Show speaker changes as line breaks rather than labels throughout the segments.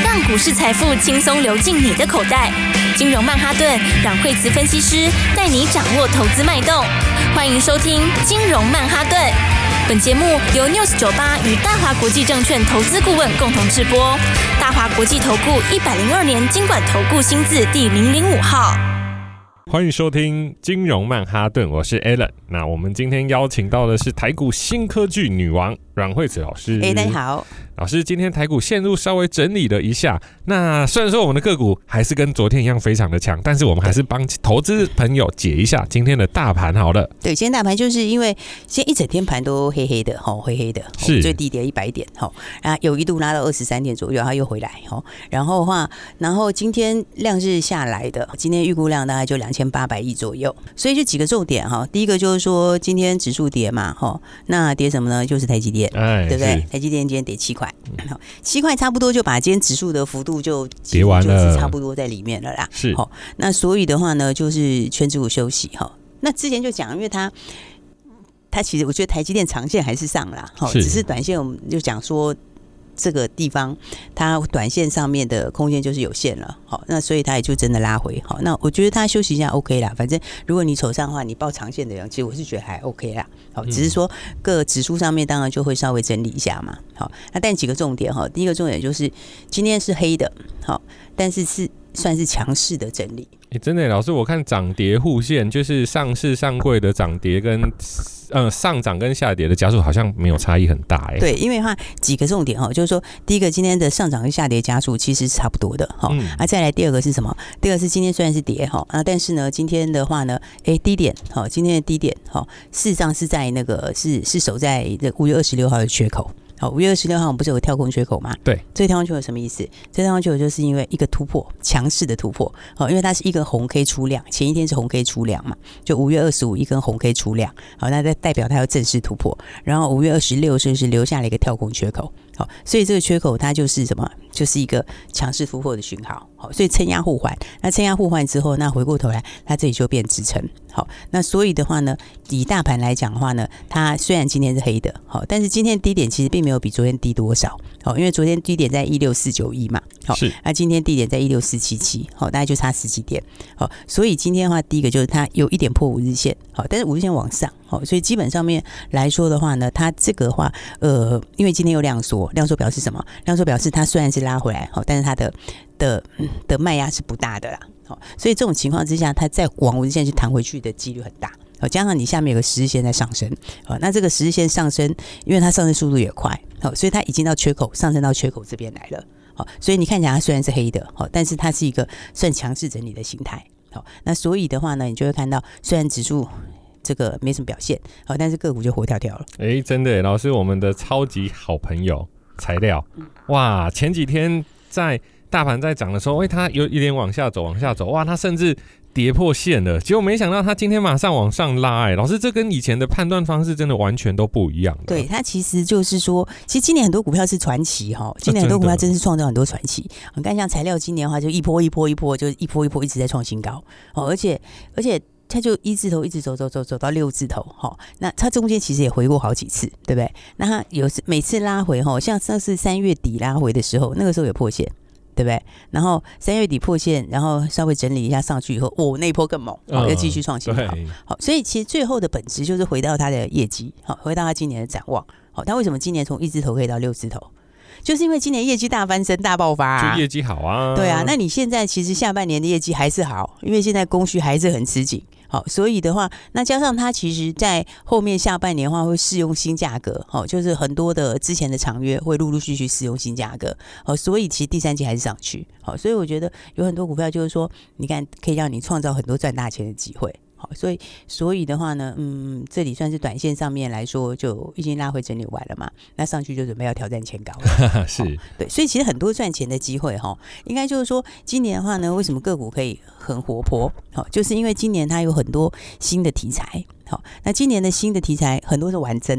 让股市财富轻松流进你的口袋。金融曼哈顿让惠慈分析师带你掌握投资脉动。欢迎收听金融曼哈顿。本节目由 News 98与大华国际证券投资顾问共同制播。大华国际投顾102年金管投顾新字第005号。
欢迎收听金融曼哈顿，我是 Alan。那我们今天邀请到的是台股新科技女王阮惠慈老师。
大家好。
老师，今天台股陷入稍微整理了一下，那虽然说我们的个股还是跟昨天一样非常的强，但是我们还是帮投资朋友解一下今天的大盘好了。
对，今天大盘就是因为现在一整天盘都黑黑的，黑黑的，最低跌100点，有一度拉到23点左右，然后又回来，然后今天量是下来的，今天预估量大概就2800亿左右，所以就几个重点哈。第一个就是说今天指数跌嘛，那跌什么呢？就是台积电，对不对？台积电今天跌7块。7块差不多就把今天指数的幅度就
跌完了，
就是差不多在里面了啦。
是，
那所以的话呢，就是全指股休息哈。那之前就讲，因为它其实我觉得台积电长线还是上啦，只是短线我们就讲说这个地方它短线上面的空间就是有限了，好，那所以它也就真的拉回，好，那我觉得它休息一下 OK 啦，反正如果你手上的话，你抱长线的人，其实我是觉得还 OK 啦，好，只是说各指数上面当然就会稍微整理一下嘛，好，那但几个重点哈，第一个重点就是今天是黑的，好，但是算是强势的整理。
真的，老师，我看涨跌互现，就是上市上柜的涨跌跟上涨跟下跌的家数好像没有差异很大。
对，因为的话几个重点就是说，第一个今天的上涨跟下跌家数其实是差不多的再来第二个是什么？第二个是今天虽然是跌但是呢今天的话呢，低点今天的低点事实上是在那个是守在5月26号的缺口。5月26号我们不是有个跳空缺口吗？
对，
这个跳空缺口什么意思？这个跳空缺口就是因为一个突破，强势的突破，因为它是一根红 K 出量，前一天是红 K 出量嘛，就5月25一根红 K 出量，那代表它要正式突破，然后5月26是留下了一个跳空缺口，所以这个缺口它就是什么？就是一个强势突破的讯号，所以撑压互换，那撑压互换之后，那回过头来，它这里就变支撑，好，那所以的话呢，以大盘来讲的话呢，它虽然今天是黑的，好，但是今天低点其实并没有比昨天低多少，好，因为昨天低点在16491嘛，好，那今天低点在16477，好，大概就差10几点，好，所以今天的话，第一个就是它有一点破5日线，好，但是5日线往上，好，所以基本上面来说的话呢，它这个话，因为今天有量缩表示什么？量缩表示它虽然是拉回来，但是它的卖压是不大的啦，所以这种情况之下，它再往5日线去弹回去的几率很大。加上你下面有个10日线在上升，那这个10日线上升，因为它上升速度也快，所以它已经到缺口，上升到缺口这边来了。所以你看起来它虽然是黑的，但是它是一个算强势整理的形态。那所以的话呢，你就会看到，虽然指数这个没什么表现，但是个股就活跳跳了。
真的耶，老师，我们的超级好朋友材料，哇，前几天在大盘在涨的时候，它有一点往下走，哇，它甚至跌破线了，结果没想到它今天马上往上拉，老师，这跟以前的判断方式真的完全都不一样的。
对，它其实就是说，其实今年很多股票是传奇今年很多股票真是创造很多传奇。你看像材料今年的话，就一波，就是一波一直在创新高，而且它就1字头一直走到6字头，那它中间其实也回过好几次，对不对？那它每次拉回，像上次3月底拉回的时候，那个时候有破线，对不对？然后3月底破线，然后稍微整理一下上去以后，那一波更猛，又继续创新高。好，所以其实最后的本质就是回到它的业绩，回到它今年的展望。好，它为什么今年从1字头可以到6字头？就是因为今年业绩大翻身、大爆发
就业绩好啊。
对啊，那你现在其实下半年的业绩还是好，因为现在供需还是很吃紧。好，所以的话，那加上它其实在后面下半年的话会适用新价格，就是很多的之前的长约会陆陆续续适用新价格，所以其实第三季还是上去。好，所以我觉得有很多股票就是说，你看可以让你创造很多赚大钱的机会。好，所以的话呢，这里算是短线上面来说就已经拉回整理完了嘛，那上去就准备要挑战前高了。
是，
对，所以其实很多赚钱的机会应该就是说今年的话呢，为什么个股可以很活泼？就是因为今年它有很多新的题材。好，那今年的新的题材很多是玩真的。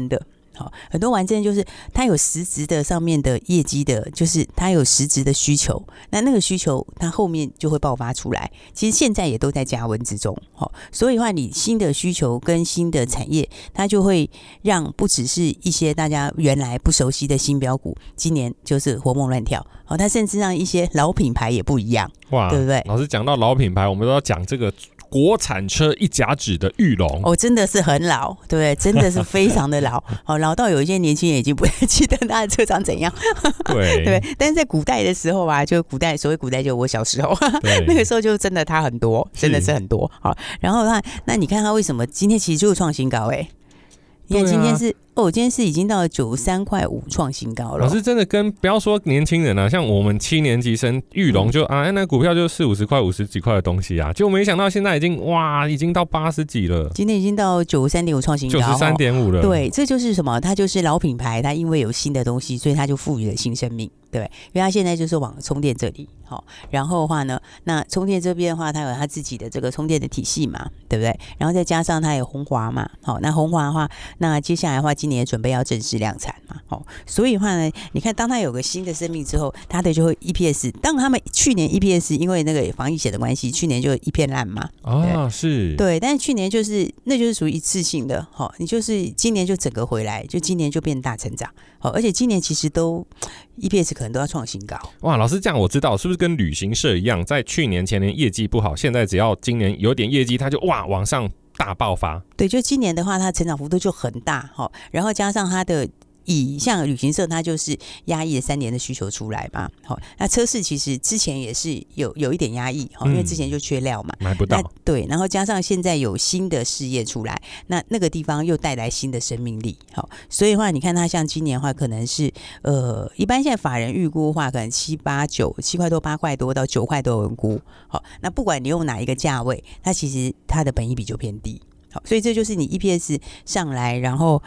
好，很多玩真就是它有实质的上面的业绩的，就是它有实质的需求，那个需求它后面就会爆发出来。其实现在也都在加温之中，所以的话，你新的需求跟新的产业，它就会让不只是一些大家原来不熟悉的新标股，今年就是活蹦乱跳。它甚至让一些老品牌也不一样，哇，对不对？
老师讲到老品牌，我们都要讲这个国产车一甲子的裕隆，
真的是很老，对不对？真的是非常的老，老到有一些年轻人已经不太记得他的车长怎样，
对
对。但是在古代的时候啊，就古代所谓古代就我小时候，那个时候就真的他很多，真的是很多。好，然后那你看他为什么今天其实就是创新高你看今天是。今天是已经到了93.5块创新高了。
老师真的不要说年轻人啊，像我们7年级生裕隆就那股票就40-50块、50几块的东西啊，就没想到现在已经到80几了。
今天已经到93.5创新高
，93.5了。
对，这就是什么？它就是老品牌，它因为有新的东西，所以它就赋予了新生命。对，因为它现在就是往充电这里，然后的话呢，那充电这边的话，它有它自己的这个充电的体系嘛，对不对？然后再加上它有鸿华嘛，那鸿华的话，那接下来的话，今年也准备要正式量产嘛，所以的话呢，你看当它有个新的生命之后，它的就会 EPS， 当他们去年 EPS 因为那个防疫险的关系，去年就一片烂嘛，
是，
对，但是去年那就是属于一次性的，你就是今年就整个回来，就今年就变大成长，而且今年其实都 EPS 可能都要创新高。
哇，老师这样我知道是不是跟旅行社一样，在去年前年业绩不好，现在只要今年有点业绩，它就往上大爆发。
对，就今年的话，它成长幅度就很大，然后加上它的像旅行社，它就是压抑了3年的需求出来嘛。那车市其实之前也是有一点压抑，因为之前就缺料嘛，
买不到。
对，然后加上现在有新的事业出来，那个地方又带来新的生命力。所以的话，你看它像今年的话，可能是一般现在法人预估的话，可能7、8、9、7块多、8块多到9块都有人估。那不管你用哪一个价位，它其实它的本益比就偏低。好，所以这就是你 EPS 上来，然后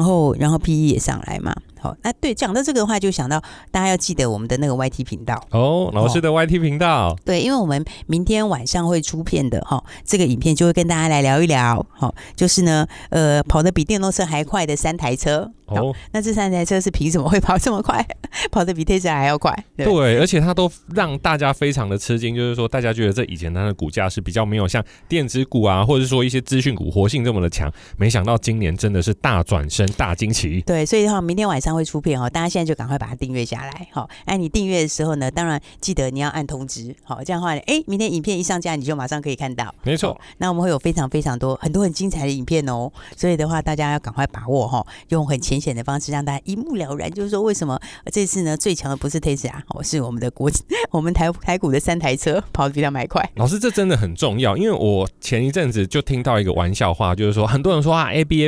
PE 也上来嘛。好，那对，讲到这个的话，就想到大家要记得我们的那个 YT 频道
老师的 YT 频道。
对，因为我们明天晚上会出片的这个影片就会跟大家来聊一聊。就是呢，跑得比电动车还快的3台车。那这3台车是凭什么会跑这么快？跑得比 Tesla 还要快？
对，而且它都让大家非常的吃惊，就是说大家觉得这以前它的股价是比较没有像电子股啊，或者说一些资讯股活性这么的强，没想到今年真的是大转身、大惊奇。
对，所以的话，明天晚上会出片大家现在就赶快把它订阅下来。那你订阅的时候呢，当然记得你要按通知。这样的话，明天影片一上架，你就马上可以看到。
没错。
那我们会有非常非常多很多很精彩的影片所以的话，大家要赶快把握用很浅显的方式让大家一目了然，就是说为什么这次呢最强的不是 Tesla 是我们的我们台股的3台车跑得比它还快。
老师，这真的很重要，因为我前一阵子就听到一个玩笑话，就是说很多人说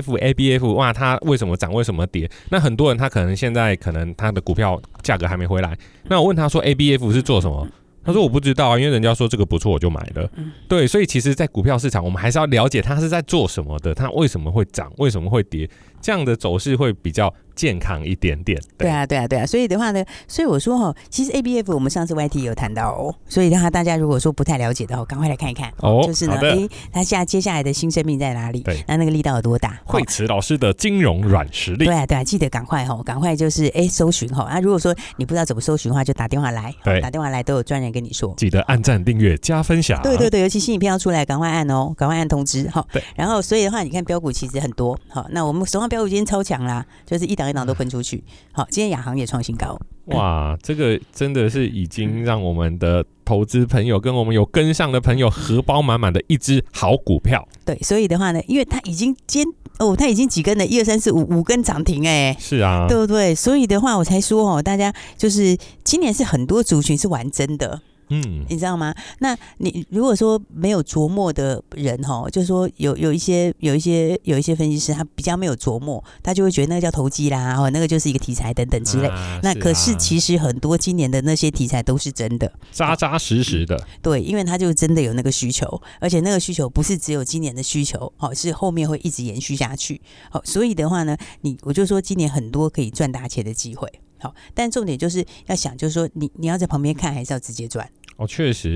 ABF 哇，它为什么涨为什么跌？那很多人他可能现在他的股票价格还没回来，那我问他说 ABF 是做什么？他说我不知道啊，因为人家说这个不错我就买了。对，所以其实在股票市场我们还是要了解它是在做什么的，它为什么会涨，为什么会跌，这样的走势会比较健康一点点。
对啊，所以的话呢，所以我说其实 ABF 我们上次 YT 有谈到所以大家如果说不太了解的赶快来看一看就是呢，它接下来的新生命在哪里？那个力道有多大？
惠慈老师的金融软实力。
对啊，记得赶快就是搜寻如果说你不知道怎么搜寻的话，就打电话来，打电话来都有专人跟你说。
记得按赞、订阅、加分享。
对，尤其新影片要出来，赶快按赶快按通知对。然后所以的话，你看标股其实很多那我们手上标股今天超强啦，就是一档都喷出去。今天亚航也创新高。
哇，这个真的是已经让我们的投资朋友跟我们有跟上的朋友荷包满满的一只好股票。
对，所以的话呢，因为它已经它已经几根了，1、2、3、4、5根涨停
是啊，
对不对？所以的话，我才说大家就是今年是很多族群是玩真的。你知道吗？那你如果说没有琢磨的人就是说有一些分析师他比较没有琢磨，他就会觉得那个叫投机啦，那个就是一个题材等等之类。那可是其实很多今年的那些题材都是真的，
扎扎实实的。
对，因为他就真的有那个需求，而且那个需求不是只有今年的需求，是后面会一直延续下去。所以的话呢，我就说今年很多可以赚大钱的机会。但重点就是要想，就是说你要在旁边看，还是要直接赚？
确实，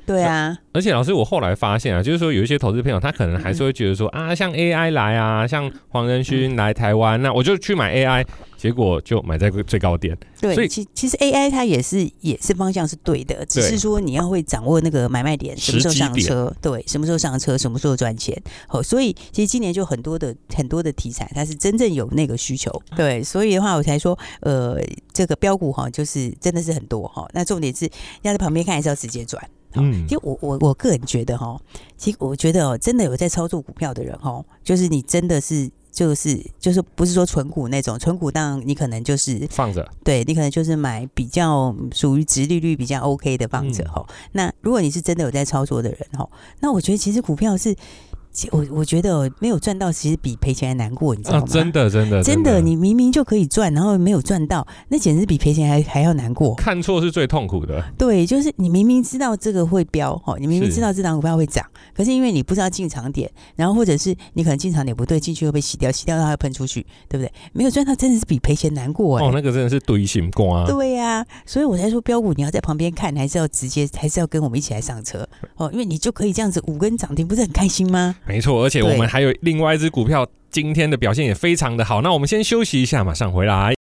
对啊，
而且老师，我后来发现啊，就是说有一些投资朋友，他可能还是会觉得说啊，像 AI 来啊，像黄仁勋来台湾，那我就去买 AI，结果就买在最高点。
对，
所以
其实 AI 它也是方向是对的，只是说你要会掌握那个买卖点，什么时候上车，对，什么时候上车，什么时候赚钱。所以其实今年就很多的题材，它是真正有那个需求。对，所以的话我才说，这个标股就是真的是很多那重点是要在旁边看，还是要直接转。其实我个人觉得其实我觉得真的有在操作股票的人就是你真的是就是不是说纯股那种，纯股当然你可能就是
放着，
对，你可能就是买比较属于殖利率比较 OK 的放着那如果你是真的有在操作的人那我觉得其实股票是。我觉得没有赚到，其实比赔钱还难过，你知道吗？
真的，
你明明就可以赚，然后没有赚到，那简直比赔钱还要难过。
看错是最痛苦的。对，
就是你明明知道这个会飙，你明明知道这档股票会涨，可是因为你不知道进场点，然后或者是你可能进场点不对，进去又被洗掉它会喷出去，对不对？没有赚到真的是比赔钱难过
那个真的是堆心瓜。
对啊，所以我才说标股你要在旁边看，还是要跟我们一起来上车因为你就可以这样子5根涨停，不是很开心吗？
没错，而且我们还有另外一只股票，今天的表现也非常的好。那我们先休息一下，马上回来。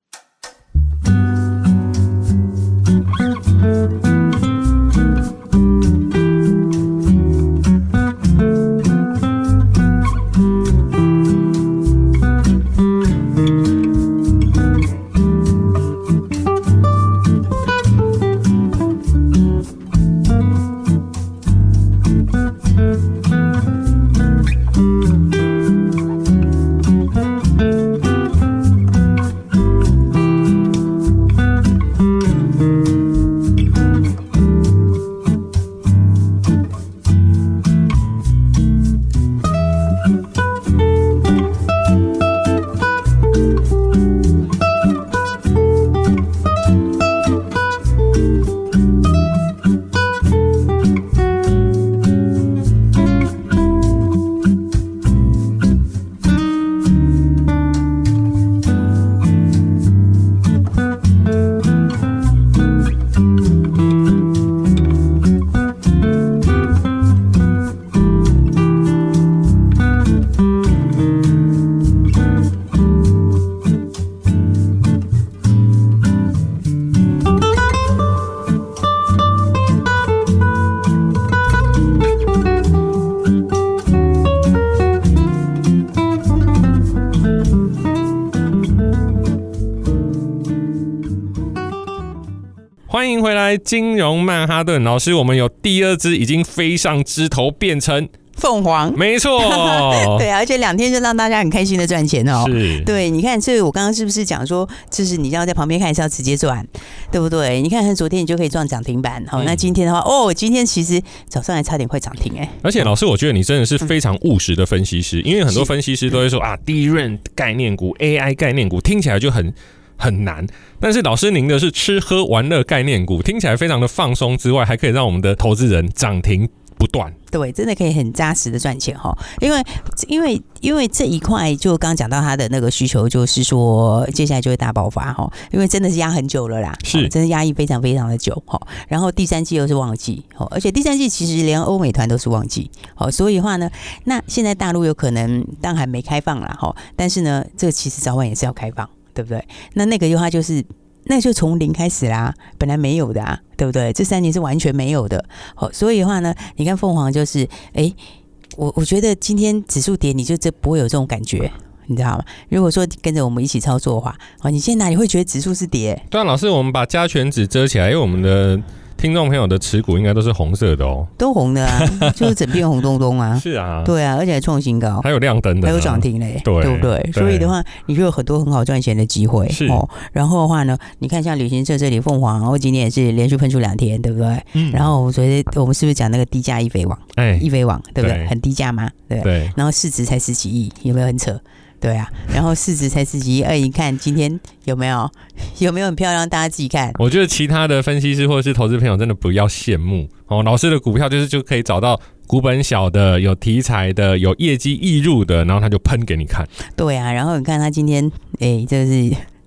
欢迎回来，金融曼哈顿老师，我们有第二只已经飞上枝头，变成
凤凰，
没错，
对啊，而且2天就让大家很开心的赚钱
是，
对，你看，所以我刚刚是不是讲说，就是你要在旁边看，还是要直接赚，对不对？你看，昨天你就可以撞涨停板，那今天的话，今天其实早上还差点快涨停
而且老师，我觉得你真的是非常务实的分析师，因为很多分析师都会说低润概念股、AI 概念股听起来就很难，但是老师您的是吃喝玩乐概念股，听起来非常的放松之外，还可以让我们的投资人涨停不断。
对，真的可以很扎实的赚钱因为这一块就刚刚讲到它的那个需求，就是说接下来就会大爆发因为真的是压很久了啦，
是
真的压抑非常非常的久然后第3季又是旺季而且第3季其实连欧美团都是旺季所以的话呢，那现在大陆有可能当然还没开放啦但是呢，这个其实早晚也是要开放。对不对？那个的话那就从0开始啦，本来没有的对不对？这3年是完全没有的所以的话呢，你看凤凰就是我觉得今天指数跌，你就不会有这种感觉，你知道吗？如果说跟着我们一起操作的话你现在哪里会觉得指数是跌？
对啊，老师，我们把加权指遮起来，因为我们的听众朋友的持股应该都是红色的
都红的就是整片红咚咚
是啊，
对啊，而且还创新高，
还有亮灯的，
还有涨停嘞，
对
不对？所以的话，你就有很多很好赚钱的机会然后的话呢，你看像旅行社这里凤凰，然后今天也是连续喷出2天，对不对？然后我觉得我们是不是讲那个低价易飞网？易飞网对不对？很低价吗？对。然后市值才10几亿，有没有很扯？对啊，然后市值才10几亿，你看今天有没有很漂亮？大家自己看。
我觉得其他的分析师或者是投资朋友真的不要羡慕老师的股票就可以找到股本小的、有题材的、有业绩易入的，然后他就喷给你看。
对啊，然后你看他今天这是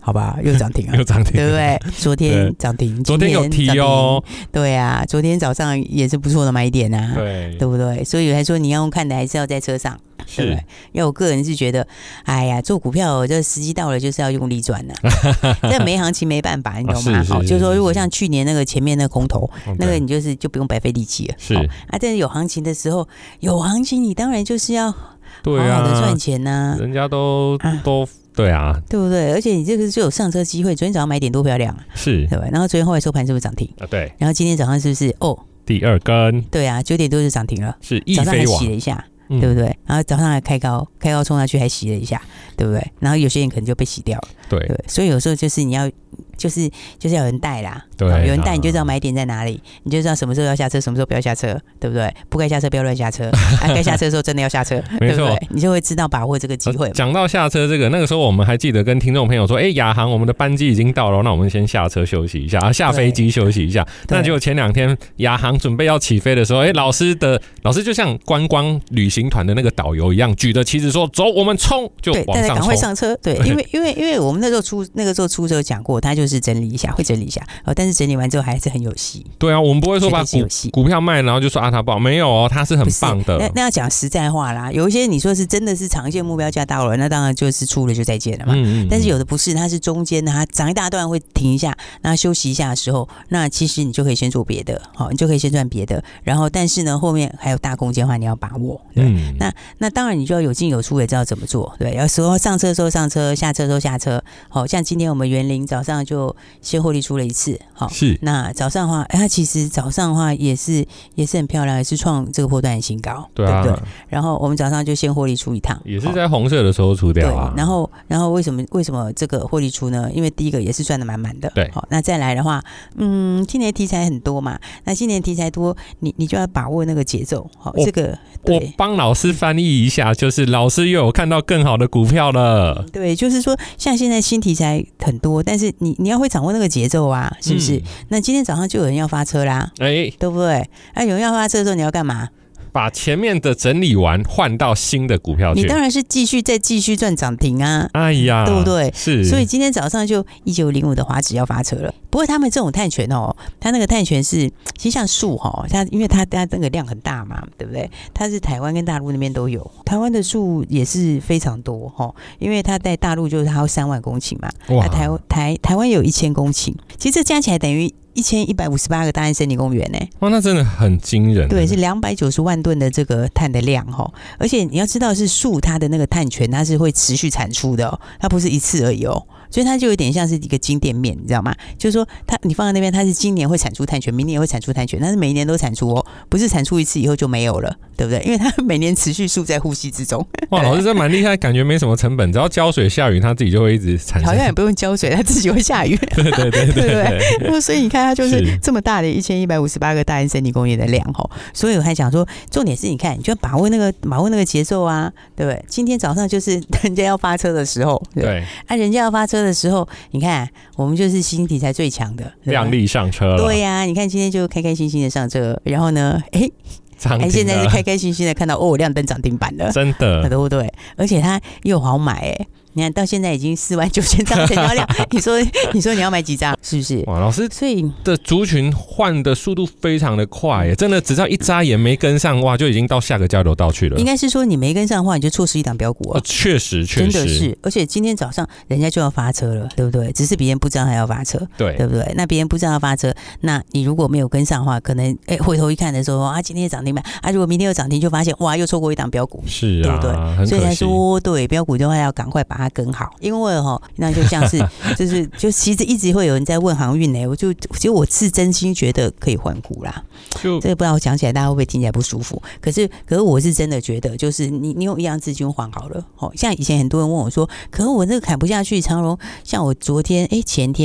好吧，又涨停了，
又涨停，
对不对？昨天涨停，
昨天有提哦，
对啊，昨天早上也是不错的买点啊，对不对？所以还说你要用看的，还是要在车上。对不对？因为我个人是觉得，哎呀，做股票这时机到了就是要用力赚的，这没行情没办法，你懂吗？好，就是说如果像去年那个前面那个空头，那个你就不用白费力气了。
是
啊，但是有行情的时候，有行情你当然就是要好
好
的赚钱呐，
人家都对啊，
对不对？而且你这个就有上车机会，昨天早上买点多漂亮啊，
是，
对吧？然后昨天后来收盘是不是涨停
啊？对，
然后今天早上是不是
第二根？
对啊，9点多就涨停了，
是易
早上还
飞网
洗了一下。对不对？然后早上还开高冲下去，还洗了一下，对不对？然后有些人可能就被洗掉了，对，所以有时候就是你要就是要有人带啦，对，有人带你就知道买点在哪里，你就知道什么时候要下车，什么时候不要下车，对不对？不该下车不要乱下车，该下车的时候真的要下车，对不对？你就会知道把握这个机会。
讲到下车这个，那个时候我们还记得跟听众朋友说，亚航我们的班机已经到了，那我们先下车休息一下，下飞机休息一下。那结果前2天亚航准备要起飞的时候，老师就像观光旅行团的那个导游一样，举着旗子说走，我们冲，就往上冲，大家
赶快上车。对，因为我们那时候出车讲过，他就是整理一下，会整理一下，但是整理完之后还是很有戏。
对啊，我们不会说把股票卖，然后就说它不好，没有哦，它是很棒的。
那要讲实在话啦，有一些你说是真的是长线目标价到了，那当然就是出了就再见了嘛。但是有的不是，它是中间它涨一大段会停一下，那休息一下的时候，那其实你就可以先做别的，你就可以先赚别的。然后但是呢，后面还有大空间的话，你要把握。那当然你就要有进有出，也知道怎么做。对，有时候上车的时候上车，下车的时候下车。好像今天我们园林早上就先获利出了一次，
是。
那早上的话，它其实早上的话也是很漂亮，也是创这个波段的新高，对不对？然后我们早上就先获利出一趟，
也是在红色的时候出掉啊。
对，然后为什么这个获利出呢？因为第一个也是赚得满满的，
对。
好，那再来的话，今年题材很多嘛，那今年题材多，你就要把握那个节奏。好，这个
我帮老师翻译一下，就是老师又有看到更好的股票了。
对，就是说像现在新题材很多，但是你要会掌握那个节奏啊，是不是？那今天早上就有人要发车啦，对不对？有人要发车的时候，你要干嘛？
把前面的整理完，换到新的股票去。
你当然是继续赚涨停啊！
哎呀，
对不对？
是。
所以今天早上就1905的华指要发车了。不过他们这种碳权它那个碳权是，其实像树它因为它那个量很大嘛，对不对？它是台湾跟大陆那边都有，台湾的树也是非常多因为它在大陆就是它要3万公顷嘛，台湾有1000公顷，其实这加起来等于1158个大安森林公园呢。
哇，那真的很惊人。
对，是290万吨的这个碳的量而且你要知道是树它的那个碳权它是会持续产出的它不是一次而已所以它就有点像是一个金店面，你知道吗？就是说你放在那边，它是今年会产出碳权，明年也会产出碳权，但是每一年都产出不是产出一次以后就没有了，对不对？因为它每年持续树在呼吸之中。
哇，老师这蛮厉害，感觉没什么成本，只要浇水下雨，它自己就会一直产生。
好像也不用浇水，它自己会下雨。
对对对对对
对。所以你看，它就是这么大的1158个大安森林公园的量所以我还想说，重点是你看，你就要把握那个节奏啊，对不对？今天早上就是人家要发车的时候，
对，
人家要发车的时候，你看我们就是新题材最强的，
亮丽上车了。
对呀，你看今天就开开心心的上车，然后呢，现在是开开心心的看到亮灯涨停板了，
真的，
对不对？而且它又好买你看到现在已经49000张成交量，你说你要买几张，是不是？
哇，老师，
所以
的族群换的速度非常的快耶，真的只要一眨眼没跟上，哇，就已经到下个交流道去了。
应该是说你没跟上的话，你就错失一档标股
确实，
真的是。而且今天早上人家就要发车了，对不对？只是别人不知道还要发车，对不对？那别人不知道要发车，那你如果没有跟上的话，可能回头一看的时候今天涨停板如果明天有涨停，就发现哇，又错过一档标股，
是啊，
对不对？所以才说对标股的话要赶快把它跟好，因为那就像是就其实一直会有人在问航运其实我是真心觉得可以换股啦。这个不知道我讲起来大家会不会听起来不舒服？可是我是真的觉得，就是你用一样资金换好了像以前很多人问我说，可是我这个砍不下去，长荣像我昨天前天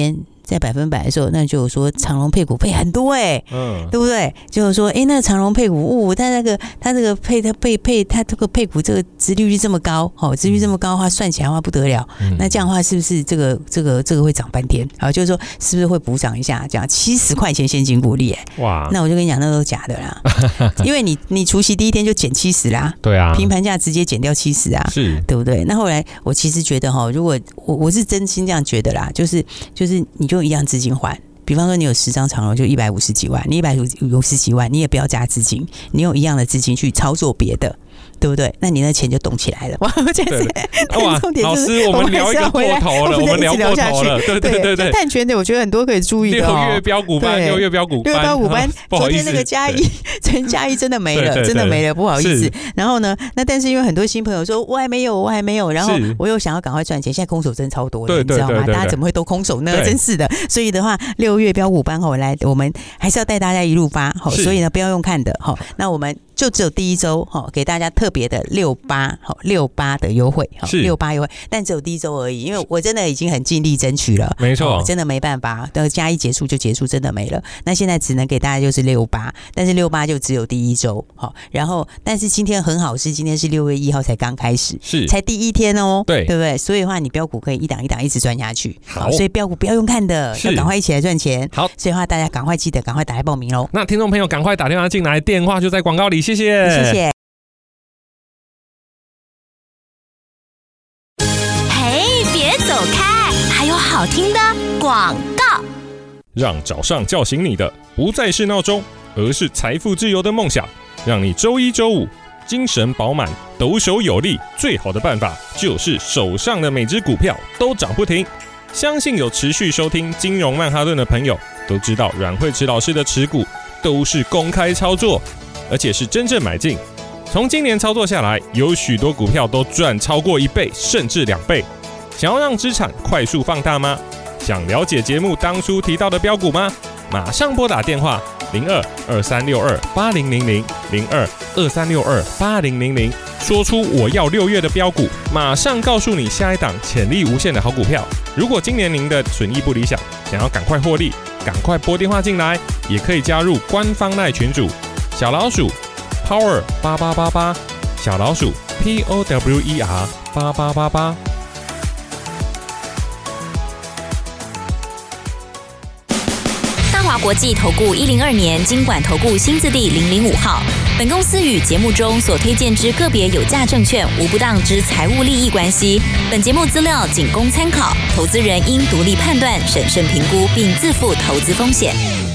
在100%的时候，那就说长荣配股配很多对不对？就是说那个长荣配股，它这个配它这个配股这个殖利率这么高，殖利率这么高的话，算起来的话不得了。那这样的话，是不是这个会涨半天？就是说是不是会补涨一下？这样70块钱现金股利哇！那我就跟你讲，那都是假的啦，因为你除息第一天就减70啦，
对啊，
平盘价直接减掉70啊，
是
对不对？那后来我其实觉得如果我是真心这样觉得啦，就是你就一样资金还。比方说你有10张长荣就150几万，你150几万，你也不要加资金，你用一样的资金去操作别的。对不对？那你那钱就动起来了。哇，这是重点。
老师，我们聊一个过头了，我们聊过头了。对。
碳权的我觉得很多可以注意的
6月标股班，
昨天那个嘉义真的没了，真的没了，不好意思。然后呢，那但是因为很多新朋友说我还没有，然后我又想要赶快赚钱，现在空手真超多的，你知道吗？大家怎么会都空手呢？真是的。所以的话，6月标股班来，我们还是要带大家一路发。所以呢，不要用看的。那我们就只有第一周给大家特别的68的优惠，68优惠，但只有第一周而已，因为我真的已经很尽力争取了，
没错，
真的没办法，等嘉义结束就结束，真的没了。那现在只能给大家就是68，但是68就只有第一周，然后但是今天很好是今天是6月1号才刚开始，
是
才第一天哦，
对不
对？所以的话，你标股可以一档一档一直赚下去，
好，
所以标股不要用看的，要赶快一起来赚钱。
好，
所以的话大家赶快记得赶快打来报名喽。
那听众朋友赶快打电话进来，电话就在广告里，谢谢。
嘿，别走开，还有好听的广告。
让早上叫醒你的不再是闹钟，而是财富自由的梦想。让你周一周五精神饱满，抖擻有力。最好的办法就是手上的每只股票都涨不停。相信有持续收听金融曼哈顿的朋友都知道，阮慧慈老师的持股都是公开操作，而且是真正买进。从今年操作下来，有许多股票都赚超过1倍甚至2倍。想要让资产快速放大吗？想了解节目当初提到的标股吗？马上拨打电话02-2362-8000 02-2362-8000，说出我要6月的标股，马上告诉你下一档潜力无限的好股票。如果今年您的损益不理想，想要赶快获利，赶快拨电话进来，也可以加入官方LINE群组小老鼠 Power 8888，小老鼠 POWER 8888。
大华国际投顾102年金管投顾新字第005号。本公司与节目中所推荐之个别有价证券无不当之财务利益关系。本节目资料仅供参考，投资人应独立判断、审慎评估，并自负投资风险。